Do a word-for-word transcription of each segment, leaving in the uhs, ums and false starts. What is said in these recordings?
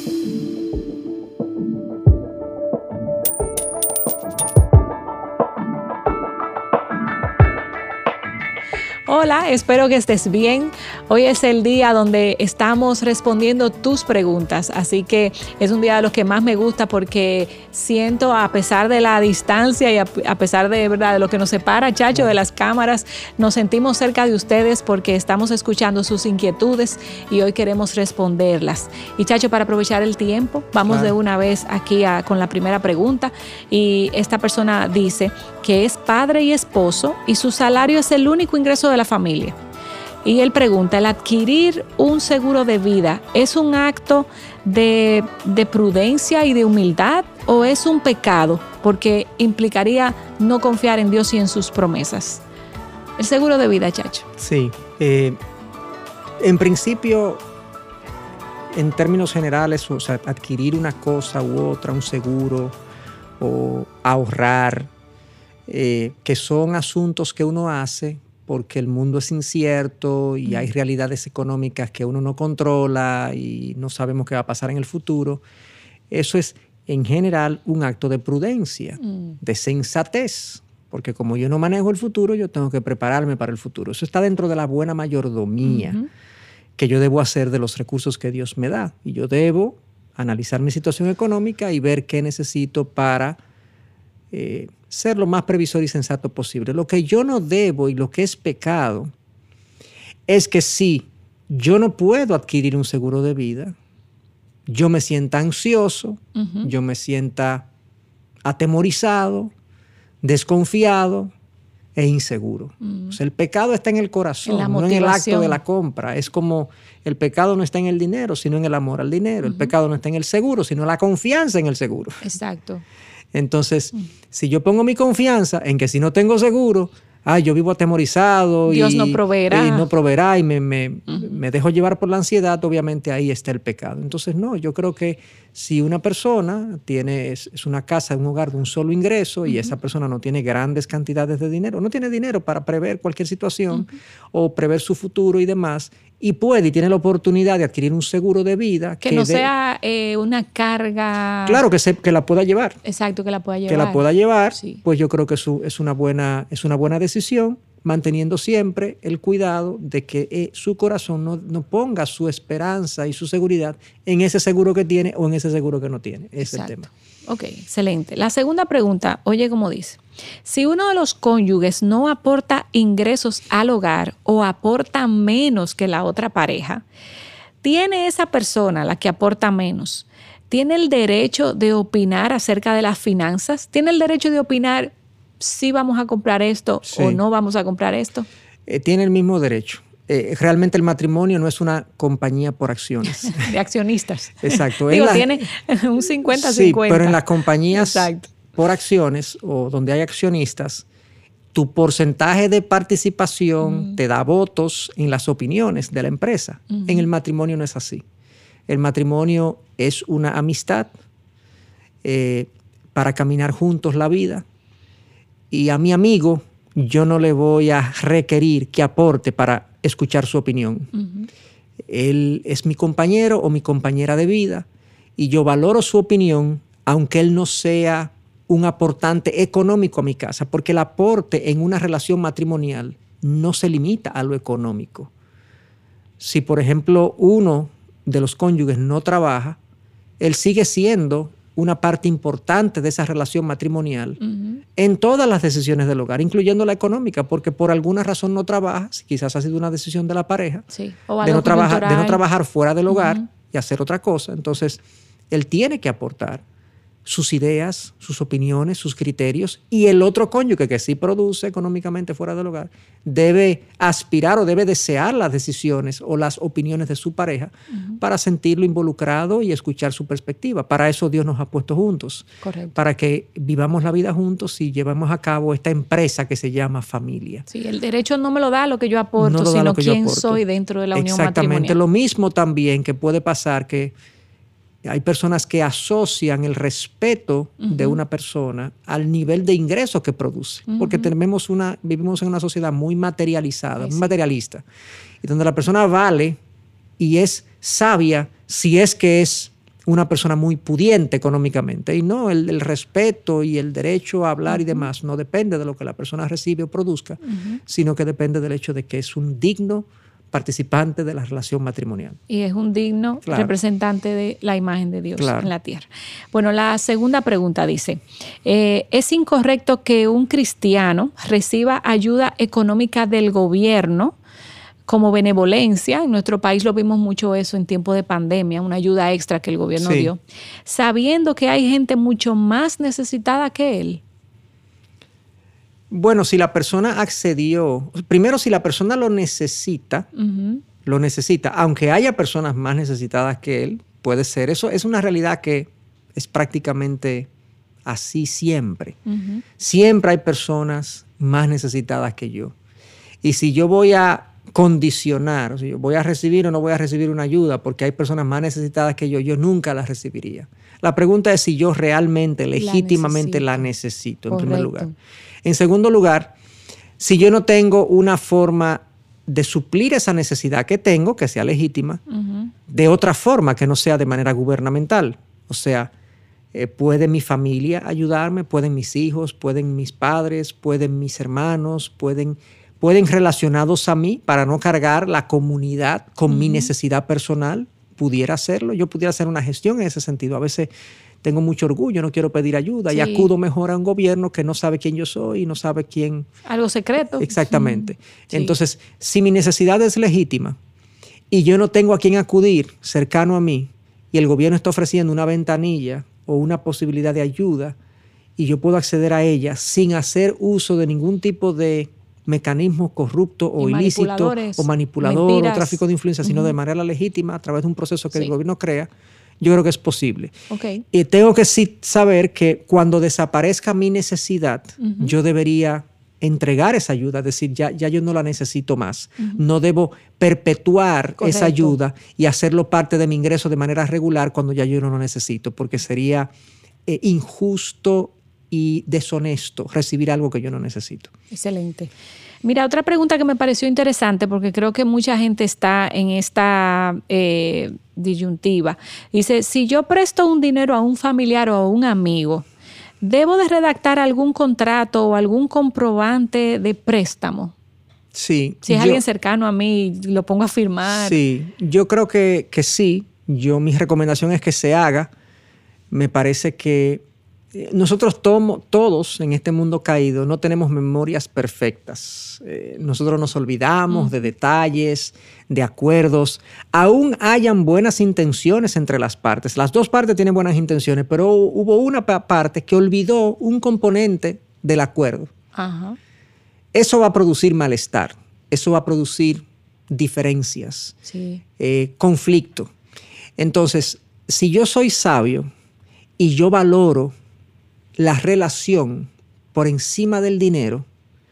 Hola, espero que estés bien. Hoy es el día donde estamos respondiendo tus preguntas, así que es un día de los que más me gusta porque siento, a pesar de la distancia y a, a pesar de, ¿verdad?, de lo que nos separa, Chacho, de las cámaras, nos sentimos cerca de ustedes porque estamos escuchando sus inquietudes y hoy queremos responderlas. Y Chacho, para aprovechar el tiempo, vamos claro. de una vez aquí a, con la primera pregunta. Y esta persona dice que es padre y esposo y su salario es el único ingreso de la familia. Y él pregunta, ¿el adquirir un seguro de vida es un acto de, de prudencia y de humildad o es un pecado? Porque implicaría no confiar en Dios y en sus promesas. El seguro de vida, Chacho. Sí. Eh, en principio, en términos generales, o sea, adquirir una cosa u otra, un seguro o ahorrar, eh, que son asuntos que uno hace porque el mundo es incierto y hay realidades económicas que uno no controla y no sabemos qué va a pasar en el futuro. Eso es, en general, un acto de prudencia, mm. de sensatez, porque como yo no manejo el futuro, yo tengo que prepararme para el futuro. Eso está dentro de la buena mayordomía uh-huh. que yo debo hacer de los recursos que Dios me da. Y yo debo analizar mi situación económica y ver qué necesito para eh, ser lo más previsor y sensato posible. Lo que yo no debo y lo que es pecado es que si yo no puedo adquirir un seguro de vida, yo me sienta ansioso, uh-huh. yo me sienta atemorizado, desconfiado e inseguro. Uh-huh. O sea, el pecado está en el corazón, en no en el acto de la compra. Es como el pecado no está en el dinero, sino en el amor al dinero. Uh-huh. El pecado no está en el seguro, sino en la confianza en el seguro. Exacto. Entonces, mm. si yo pongo mi confianza en que si no tengo seguro, ay, yo vivo atemorizado. Dios y, no proveerá. Y no proveerá y me, me, uh-huh. me dejo llevar por la ansiedad, obviamente ahí está el pecado. Entonces, no, yo creo que si una persona tiene, es, es una casa, un hogar de un solo ingreso uh-huh. y esa persona no tiene grandes cantidades de dinero, no tiene dinero para prever cualquier situación uh-huh. o prever su futuro y demás, y puede y tiene la oportunidad de adquirir un seguro de vida. Que, que no de, sea eh, una carga. Claro, que, se, que la pueda llevar. Exacto, que la pueda llevar. Que la pueda llevar, sí. pues yo creo que es, es, una buena, es una buena decisión, manteniendo siempre el cuidado de que eh, su corazón no, no ponga su esperanza y su seguridad en ese seguro que tiene o en ese seguro que no tiene. Ese es el tema. Ok, excelente. La segunda pregunta, oye, como dice, si uno de los cónyuges no aporta ingresos al hogar o aporta menos que la otra pareja, ¿tiene esa persona, la que aporta menos, tiene el derecho de opinar acerca de las finanzas? ¿Tiene el derecho de opinar si vamos a comprar esto sí. o no vamos a comprar esto? Eh, tiene el mismo derecho. Eh, realmente el matrimonio no es una compañía por acciones. De accionistas. Exacto. Digo, la, tiene un cincuenta cincuenta. Sí, pero en las compañías Exacto. por acciones o donde hay accionistas, tu porcentaje de participación uh-huh. te da votos en las opiniones de la empresa. Uh-huh. En el matrimonio no es así. El matrimonio es una amistad eh, para caminar juntos la vida. Y a mi amigo yo no le voy a requerir que aporte para escuchar su opinión. Uh-huh. Él es mi compañero o mi compañera de vida y yo valoro su opinión aunque él no sea un aportante económico a mi casa, porque el aporte en una relación matrimonial no se limita a lo económico. Si, por ejemplo, uno de los cónyuges no trabaja, él sigue siendo una parte importante de esa relación matrimonial uh-huh. en todas las decisiones del hogar, incluyendo la económica, porque por alguna razón no trabaja, quizás ha sido una decisión de la pareja, sí. de, no trabajar, de no trabajar fuera del hogar uh-huh. y hacer otra cosa. Entonces, él tiene que aportar sus ideas, sus opiniones, sus criterios, y el otro cónyuge que sí produce económicamente fuera del hogar debe aspirar o debe desear las decisiones o las opiniones de su pareja uh-huh. para sentirlo involucrado y escuchar su perspectiva. Para eso Dios nos ha puesto juntos. Correcto. Para que vivamos la vida juntos y llevemos a cabo esta empresa que se llama familia. Sí, el derecho no me lo da lo que yo aporto, no sino quién soy dentro de la unión matrimonial. Exactamente. Lo mismo también que puede pasar que hay personas que asocian el respeto uh-huh. de una persona al nivel de ingresos que produce. Uh-huh. Porque tenemos una, vivimos en una sociedad muy materializada, sí. muy materialista, y donde la persona vale y es sabia si es que es una persona muy pudiente económicamente. Y no, el, el respeto y el derecho a hablar uh-huh. y demás no depende de lo que la persona recibe o produzca, uh-huh. sino que depende del hecho de que es un digno participante de la relación matrimonial. Y es un digno claro. representante de la imagen de Dios claro. en la tierra. Bueno, la segunda pregunta dice, eh, ¿es incorrecto que un cristiano reciba ayuda económica del gobierno como benevolencia? En nuestro país lo vimos mucho eso en tiempo de pandemia, una ayuda extra que el gobierno sí. dio, sabiendo que hay gente mucho más necesitada que él. Bueno, si la persona accedió, primero si la persona lo necesita, uh-huh. lo necesita, aunque haya personas más necesitadas que él, puede ser. Eso es una realidad que es prácticamente así siempre. Uh-huh. Siempre hay personas más necesitadas que yo. Y si yo voy a condicionar, o sea, yo voy a recibir o no voy a recibir una ayuda porque hay personas más necesitadas que yo, yo nunca la recibiría. La pregunta es si yo realmente, legítimamente la necesito, la necesito en primer lugar. En segundo lugar, si yo no tengo una forma de suplir esa necesidad que tengo, que sea legítima, uh-huh. de otra forma que no sea de manera gubernamental. O sea, eh, puede mi familia ayudarme, pueden mis hijos, pueden mis padres, pueden mis hermanos, pueden, pueden relacionados a mí para no cargar la comunidad con uh-huh. mi necesidad personal. Pudiera hacerlo, yo pudiera hacer una gestión en ese sentido. A veces tengo mucho orgullo, no quiero pedir ayuda sí. y acudo mejor a un gobierno que no sabe quién yo soy y no sabe quién... Algo secreto. Exactamente. Sí. Entonces, si mi necesidad es legítima y yo no tengo a quién acudir cercano a mí y el gobierno está ofreciendo una ventanilla o una posibilidad de ayuda y yo puedo acceder a ella sin hacer uso de ningún tipo de mecanismo corrupto o ilícito o manipulador mentiras. O tráfico de influencia, sino uh-huh. de manera legítima a través de un proceso que sí. el gobierno crea, yo creo que es posible. Okay. Y tengo que sí saber que cuando desaparezca mi necesidad, uh-huh. yo debería entregar esa ayuda, es decir, ya, ya yo no la necesito más. Uh-huh. No debo perpetuar Correcto. Esa ayuda y hacerlo parte de mi ingreso de manera regular cuando ya yo no lo necesito, porque sería eh, injusto y deshonesto recibir algo que yo no necesito. Excelente. Mira, otra pregunta que me pareció interesante, porque creo que mucha gente está en esta eh, disyuntiva. Dice, si yo presto un dinero a un familiar o a un amigo, ¿debo de redactar algún contrato o algún comprobante de préstamo? Sí. Si es yo, alguien cercano a mí, lo pongo a firmar. Sí, yo creo que, que sí. Yo, mi recomendación es que se haga. Me parece que nosotros tomo, todos en este mundo caído no tenemos memorias perfectas. Eh, nosotros nos olvidamos mm. de detalles, de acuerdos. Aún hayan buenas intenciones entre las partes. Las dos partes tienen buenas intenciones, pero hubo una parte que olvidó un componente del acuerdo. Ajá. Eso va a producir malestar. Eso va a producir diferencias, sí. eh, conflicto. Entonces, si yo soy sabio y yo valoro la relación por encima del dinero,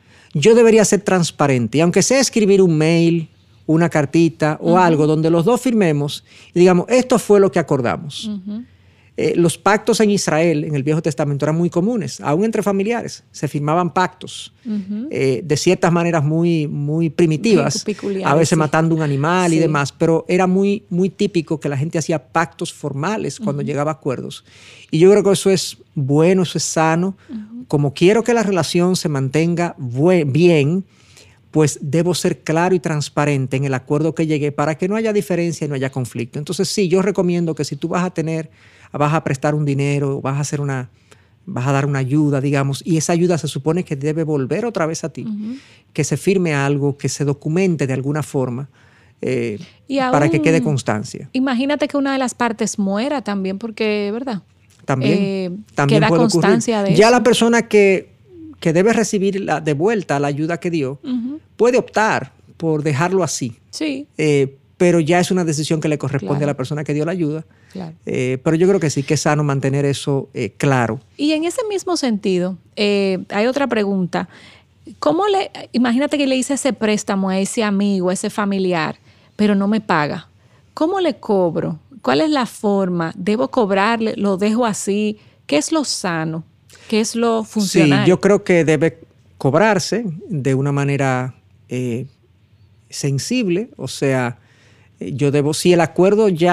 yo debería ser transparente. Y aunque sea escribir un mail, una cartita o uh-huh. algo donde los dos firmemos y digamos, esto fue lo que acordamos. Uh-huh. Eh, los pactos en Israel, en el Viejo Testamento, eran muy comunes, aún entre familiares. Se firmaban pactos uh-huh. eh, de ciertas maneras muy, muy primitivas, a veces sí. matando un animal sí. y demás, pero era muy, muy típico que la gente hacía pactos formales cuando uh-huh. llegaba a acuerdos. Y yo creo que eso es bueno, eso es sano. Uh-huh. Como quiero que la relación se mantenga buen, bien, pues debo ser claro y transparente en el acuerdo que llegué para que no haya diferencia y no haya conflicto. Entonces sí, yo recomiendo que si tú vas a tener, vas a prestar un dinero, vas a hacer una, vas a dar una ayuda, digamos, y esa ayuda se supone que debe volver otra vez a ti, uh-huh. que se firme algo, que se documente de alguna forma, eh, aún, para que quede constancia. Imagínate que una de las partes muera también, porque, ¿verdad? También, eh, también queda puede constancia ocurrir. de Ya eso. la persona que que debe recibir la, de vuelta la ayuda que dio, uh-huh. puede optar por dejarlo así. Sí. Eh, pero ya es una decisión que le corresponde claro. a la persona que dio la ayuda. Claro. Eh, pero yo creo que sí que es sano mantener eso eh, claro. Y en ese mismo sentido, eh, hay otra pregunta. ¿Cómo le, imagínate que le hice ese préstamo a ese amigo, a ese familiar, pero no me paga? ¿Cómo le cobro? ¿Cuál es la forma? ¿Debo cobrarle? ¿Lo dejo así? ¿Qué es lo sano? ¿Qué es lo funcional? Sí, yo creo que debe cobrarse de una manera eh, sensible. O sea, yo debo, si el acuerdo ya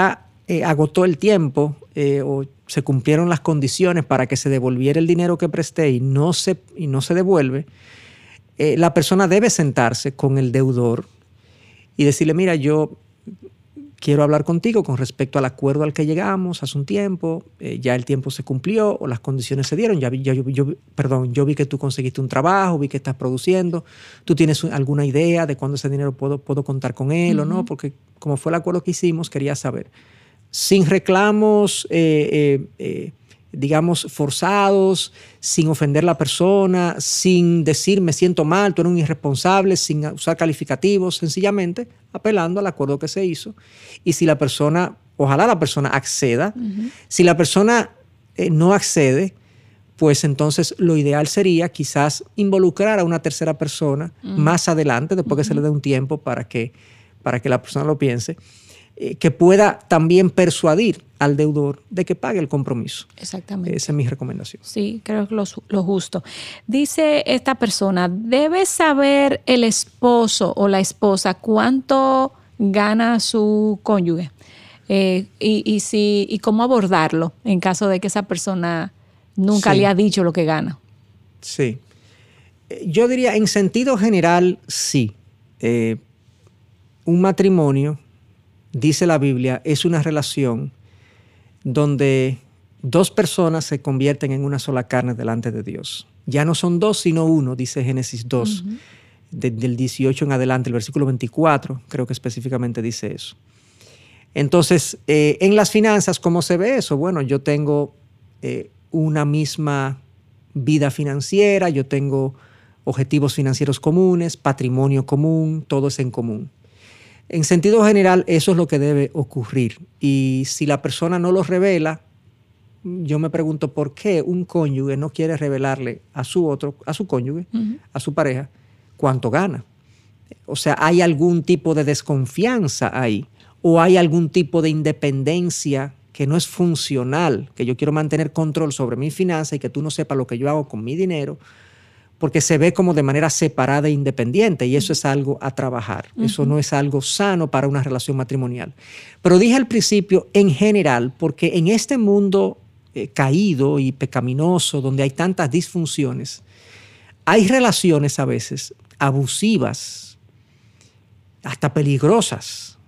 eh, agotó el tiempo eh, o se cumplieron las condiciones para que se devolviera el dinero que presté y no se, y no se devuelve, eh, la persona debe sentarse con el deudor y decirle, mira, yo quiero hablar contigo con respecto al acuerdo al que llegamos hace un tiempo, eh, ya el tiempo se cumplió o las condiciones se dieron, ya vi, ya yo, yo, perdón, yo vi que tú conseguiste un trabajo, vi que estás produciendo, tú tienes alguna idea de cuándo ese dinero puedo, puedo contar con él uh-huh. o no, porque como fue el acuerdo que hicimos, quería saber. Sin reclamos, eh, eh, eh, digamos, forzados, sin ofender a la persona, sin decir me siento mal, tú eres un irresponsable, sin usar calificativos, sencillamente apelando al acuerdo que se hizo. Y si la persona, ojalá la persona acceda, uh-huh. si la persona eh, no accede, pues entonces lo ideal sería quizás involucrar a una tercera persona uh-huh. más adelante, después uh-huh. que se le dé un tiempo para que, para que la persona lo piense, eh, que pueda también persuadir al deudor de que pague el compromiso. Exactamente. Esa es mi recomendación. Sí, creo que lo, lo justo. Dice esta persona, ¿debe saber el esposo o la esposa cuánto gana su cónyuge? Eh, y, y, si, y cómo abordarlo en caso de que esa persona nunca sí. le ha dicho lo que gana. Sí. Yo diría, en sentido general, sí. Eh, un matrimonio, dice la Biblia, es una relación donde dos personas se convierten en una sola carne delante de Dios. Ya no son dos, sino uno, dice Génesis dos, uh-huh. de, del dieciocho en adelante, el versículo veinticuatro, creo que específicamente dice eso. Entonces, eh, en las finanzas, ¿cómo se ve eso? Bueno, yo tengo eh, una misma vida financiera, yo tengo objetivos financieros comunes, patrimonio común, todo es en común. En sentido general, eso es lo que debe ocurrir. Y si la persona no lo revela, yo me pregunto por qué un cónyuge no quiere revelarle a su otro, a su cónyuge, uh-huh. a su pareja, cuánto gana. O sea, ¿hay algún tipo de desconfianza ahí? ¿O hay algún tipo de independencia que no es funcional? Que yo quiero mantener control sobre mi finanza y que tú no sepas lo que yo hago con mi dinero, porque se ve como de manera separada e independiente, y eso es algo a trabajar. Uh-huh. Eso no es algo sano para una relación matrimonial. Pero dije al principio, en general, porque en este mundo eh, caído y pecaminoso, donde hay tantas disfunciones, hay relaciones a veces abusivas, hasta peligrosas,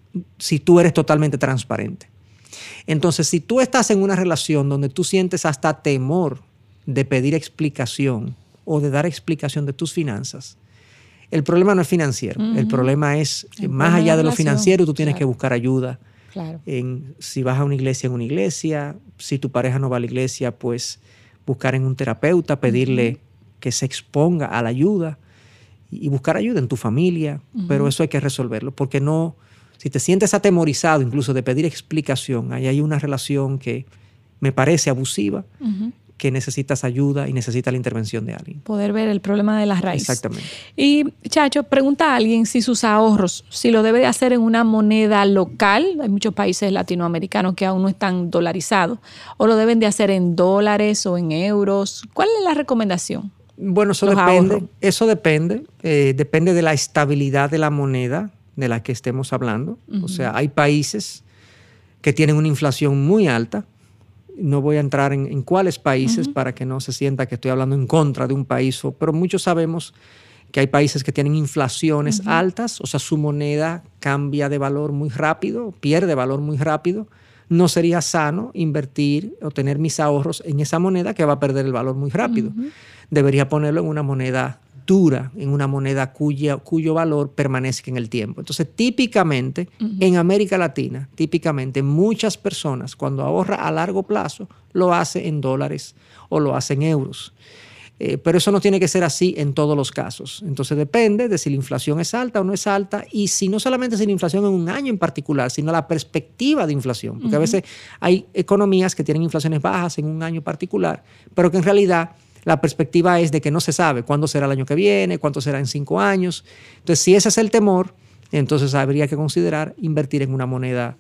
si tú eres totalmente transparente. Entonces, si tú estás en una relación donde tú sientes hasta temor de pedir explicación o de dar explicación de tus finanzas, el problema no es financiero. Uh-huh. El problema es, el más problema allá de, de lo financiero, tú tienes claro. que buscar ayuda. Claro. En, si vas a una iglesia, en una iglesia. Si tu pareja no va a la iglesia, pues buscar en un terapeuta, pedirle uh-huh. que se exponga a la ayuda y, y buscar ayuda en tu familia. Uh-huh. Pero eso hay que resolverlo, porque no, si te sientes atemorizado incluso de pedir explicación, ahí hay una relación que me parece abusiva, uh-huh. que necesitas ayuda y necesitas la intervención de alguien. Poder ver el problema de las raíces. Exactamente. Y, Chacho, pregunta a alguien si sus ahorros, si lo debe de hacer en una moneda local, hay muchos países latinoamericanos que aún no están dolarizados, o lo deben de hacer en dólares o en euros. ¿Cuál es la recomendación? Bueno, eso Los depende. Ahorros. Eso depende. Eh, depende de la estabilidad de la moneda de la que estemos hablando. Uh-huh. O sea, hay países que tienen una inflación muy alta. No voy a entrar en, en cuáles países uh-huh. para que no se sienta que estoy hablando en contra de un país, pero muchos sabemos que hay países que tienen inflaciones uh-huh. altas, o sea, su moneda cambia de valor muy rápido, pierde valor muy rápido. No sería sano invertir o tener mis ahorros en esa moneda que va a perder el valor muy rápido. Uh-huh. Debería ponerlo en una moneda dura, en una moneda cuya, cuyo valor permanezca en el tiempo. Entonces, típicamente, uh-huh. en América Latina, típicamente muchas personas cuando ahorra a largo plazo lo hace en dólares o lo hace en euros. Eh, pero eso no tiene que ser así en todos los casos. Entonces, depende de si la inflación es alta o no es alta, y si no solamente si la inflación en un año en particular, sino la perspectiva de inflación. Porque uh-huh. a veces hay economías que tienen inflaciones bajas en un año particular, pero que en realidad la perspectiva es de que no se sabe cuándo será el año que viene, cuánto será en cinco años. Entonces, si ese es el temor, entonces habría que considerar invertir en una moneda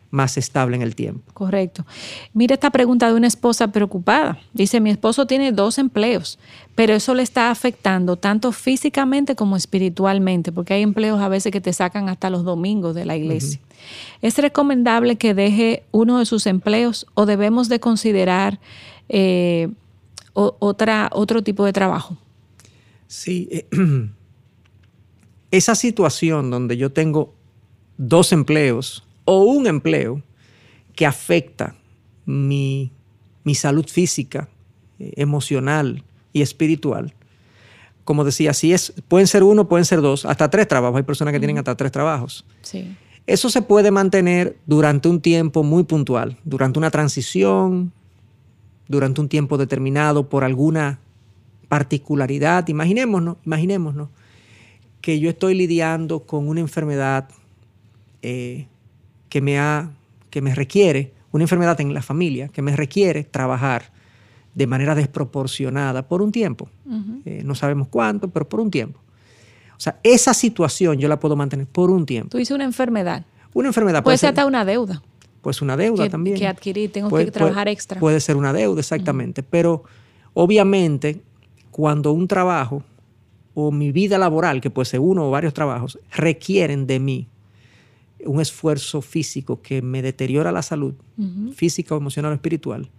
más estable en el tiempo. Correcto. Mira esta pregunta de una esposa preocupada. Dice, mi esposo tiene dos empleos, pero eso le está afectando tanto físicamente como espiritualmente, porque hay empleos a veces que te sacan hasta los domingos de la iglesia. Uh-huh. ¿Es recomendable que deje uno de sus empleos o debemos de considerar eh, o, otra, otro tipo de trabajo? Sí. Eh, esa situación donde yo tengo dos empleos o un empleo que afecta mi, mi salud física, eh, emocional y espiritual. Como decía, si es, pueden ser uno, pueden ser dos, hasta tres trabajos. Hay personas que uh-huh. tienen hasta tres trabajos. Sí. Eso se puede mantener durante un tiempo muy puntual, durante una transición, durante un tiempo determinado por alguna particularidad. Imaginémonos, imaginémonos que yo estoy lidiando con una enfermedad eh, que me ha, que me requiere, una enfermedad en la familia, que me requiere trabajar de manera desproporcionada por un tiempo. Uh-huh. Eh, no sabemos cuánto, pero por un tiempo. O sea, esa situación yo la puedo mantener por un tiempo. Tú dices una enfermedad. Una enfermedad. Puede, puede ser hasta una deuda. Pues una deuda que, también. Que adquirir, tengo puede, que trabajar puede, extra. Puede ser una deuda, exactamente. Uh-huh. Pero obviamente cuando un trabajo o mi vida laboral, que puede ser uno o varios trabajos, requieren de mí un esfuerzo físico que me deteriora la salud, uh-huh. física, emocional o espiritual,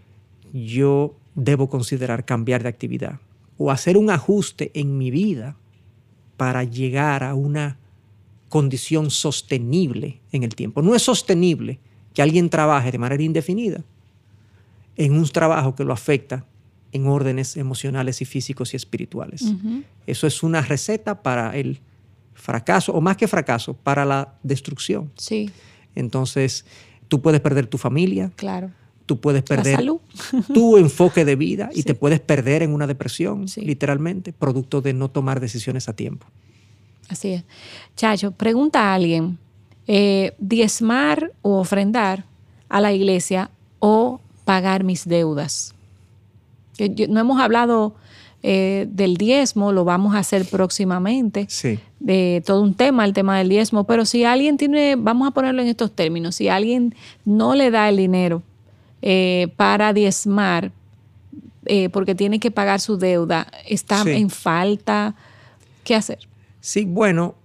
yo debo considerar cambiar de actividad o hacer un ajuste en mi vida para llegar a una condición sostenible en el tiempo. No es sostenible que alguien trabaje de manera indefinida en un trabajo que lo afecta en órdenes emocionales y físicos y espirituales. Uh-huh. Eso es una receta para el fracaso, o más que fracaso, para la destrucción. Sí. Entonces, tú puedes perder tu familia. Claro. Tú puedes perder la salud. tu enfoque de vida y sí. te puedes perder en una depresión, sí. literalmente, producto de no tomar decisiones a tiempo. Así es. Chacho, pregunta a alguien, eh, ¿diezmar o ofrendar a la iglesia o pagar mis deudas? Yo, yo, no hemos hablado eh, del diezmo, lo vamos a hacer próximamente, sí. de todo un tema, el tema del diezmo, pero si alguien tiene, vamos a ponerlo en estos términos, si alguien no le da el dinero eh, para diezmar, eh, porque tiene que pagar su deuda, está sí. en falta, ¿qué hacer? Sí, bueno,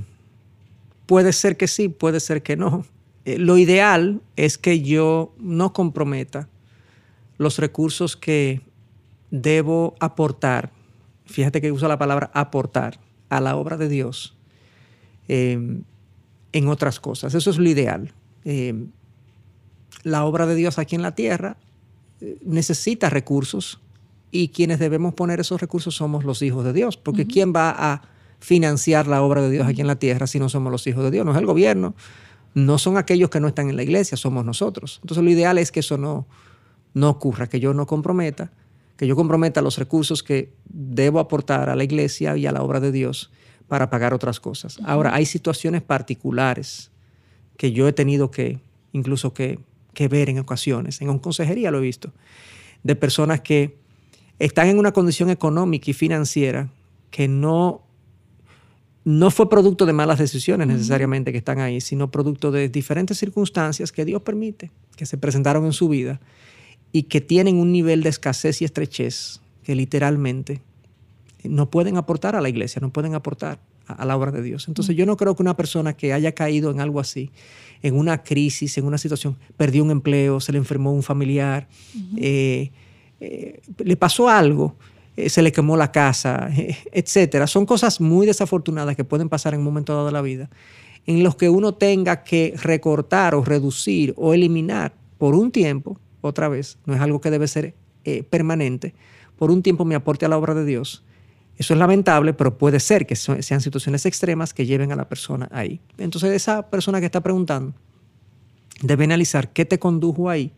puede ser que sí, puede ser que no. Eh, lo ideal es que yo no comprometa los recursos que debo aportar, fíjate que uso la palabra aportar, a la obra de Dios eh, en otras cosas. Eso es lo ideal. Eh, la obra de Dios aquí en la tierra eh, necesita recursos y quienes debemos poner esos recursos somos los hijos de Dios, porque uh-huh. ¿quién va a financiar la obra de Dios aquí en la tierra si no somos los hijos de Dios? No es el gobierno, no son aquellos que no están en la iglesia, somos nosotros. Entonces lo ideal es que eso no, no ocurra, que yo no comprometa, que yo comprometa los recursos que debo aportar a la iglesia y a la obra de Dios para pagar otras cosas. Uh-huh. Ahora, hay situaciones particulares que yo he tenido que, incluso que, que ver en ocasiones, en consejería lo he visto, de personas que están en una condición económica y financiera que no, no fue producto de malas decisiones necesariamente que están ahí, sino producto de diferentes circunstancias que Dios permite, que se presentaron en su vida y que tienen un nivel de escasez y estrechez que literalmente no pueden aportar a la iglesia, no pueden aportar a, a la obra de Dios. Entonces yo no creo que una persona que haya caído en algo así, en una crisis, en una situación, perdió un empleo, se le enfermó un familiar, uh-huh. eh, eh, le pasó algo, eh, se le quemó la casa, eh, etcétera. Son cosas muy desafortunadas que pueden pasar en un momento dado de la vida, en los que uno tenga que recortar o reducir o eliminar por un tiempo, otra vez, no es algo que debe ser eh, permanente, por un tiempo mi aporte a la obra de Dios. Eso es lamentable, pero puede ser que so- sean situaciones extremas que lleven a la persona ahí. Entonces esa persona que está preguntando debe analizar qué te condujo ahí.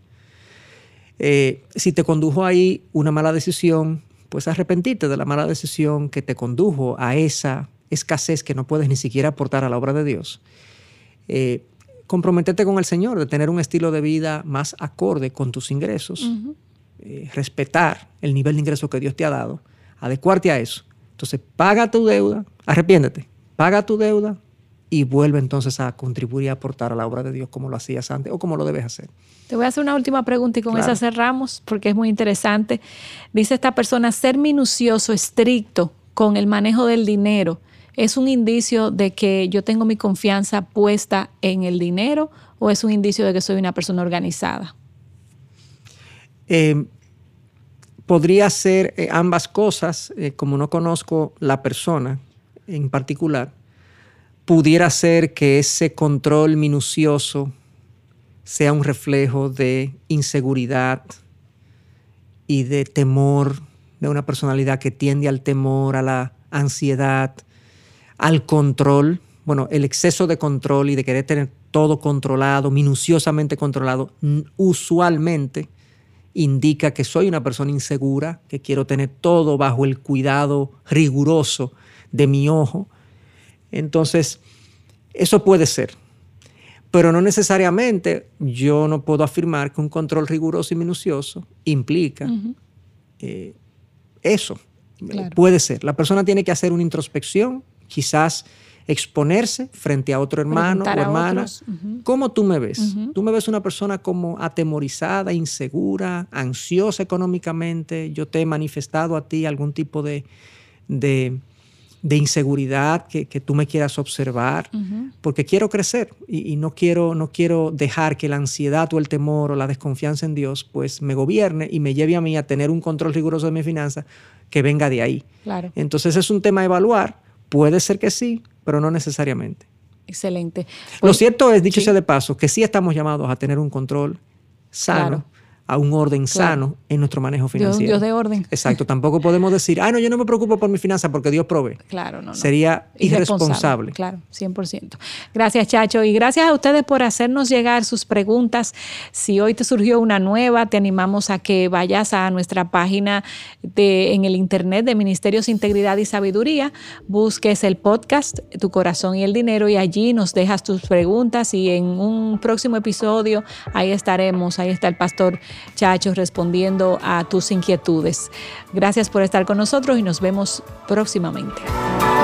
Eh, si te condujo ahí una mala decisión, pues arrepentirte de la mala decisión que te condujo a esa escasez que no puedes ni siquiera aportar a la obra de Dios. Eh, comprometerte con el Señor, de tener un estilo de vida más acorde con tus ingresos, uh-huh. eh, respetar el nivel de ingreso que Dios te ha dado, adecuarte a eso. Entonces, paga tu deuda, arrepiéntete, paga tu deuda y vuelve entonces a contribuir y a aportar a la obra de Dios como lo hacías antes o como lo debes hacer. Te voy a hacer una última pregunta y con Claro. esa cerramos porque es muy interesante. Dice esta persona, ser minucioso, estricto con el manejo del dinero, ¿es un indicio de que yo tengo mi confianza puesta en el dinero o es un indicio de que soy una persona organizada? Eh, podría ser eh, ambas cosas, eh, como no conozco la persona en particular, pudiera ser que ese control minucioso sea un reflejo de inseguridad y de temor, de una personalidad que tiende al temor, a la ansiedad, al control. Bueno, el exceso de control y de querer tener todo controlado, minuciosamente controlado, usualmente indica que soy una persona insegura, que quiero tener todo bajo el cuidado riguroso de mi ojo. Entonces, eso puede ser. Pero no necesariamente yo no puedo afirmar que un control riguroso y minucioso implica uh-huh. eh, eso. Claro. Puede ser. La persona tiene que hacer una introspección, quizás exponerse frente a otro hermano o hermana. Uh-huh. ¿Cómo tú me ves? Uh-huh. ¿Tú me ves una persona como atemorizada, insegura, ansiosa económicamente? ¿Yo te he manifestado a ti algún tipo de, de, de inseguridad que, que tú me quieras observar? Uh-huh. Porque quiero crecer y, y no, quiero, no quiero dejar que la ansiedad o el temor o la desconfianza en Dios pues me gobierne y me lleve a mí a tener un control riguroso de mi finanza que venga de ahí. Claro. Entonces es un tema a evaluar. Puede ser que sí, pero no necesariamente. Excelente. Pues, lo cierto es, dicho sí. sea de paso, que sí estamos llamados a tener un control sano, claro. a un orden claro. sano en nuestro manejo financiero. Dios, Dios de orden. Exacto. Tampoco podemos decir, ah, no, yo no me preocupo por mi finanza porque Dios provee. Claro, no, no. Sería irresponsable. irresponsable. Claro, cien por ciento. Gracias, Chacho. Y gracias a ustedes por hacernos llegar sus preguntas. Si hoy te surgió una nueva, te animamos a que vayas a nuestra página de, en el internet de Ministerios Integridad y Sabiduría, busques el podcast Tu Corazón y el Dinero y allí nos dejas tus preguntas y en un próximo episodio ahí estaremos, ahí está el pastor Chacho respondiendo a tus inquietudes. Gracias por estar con nosotros y nos vemos próximamente.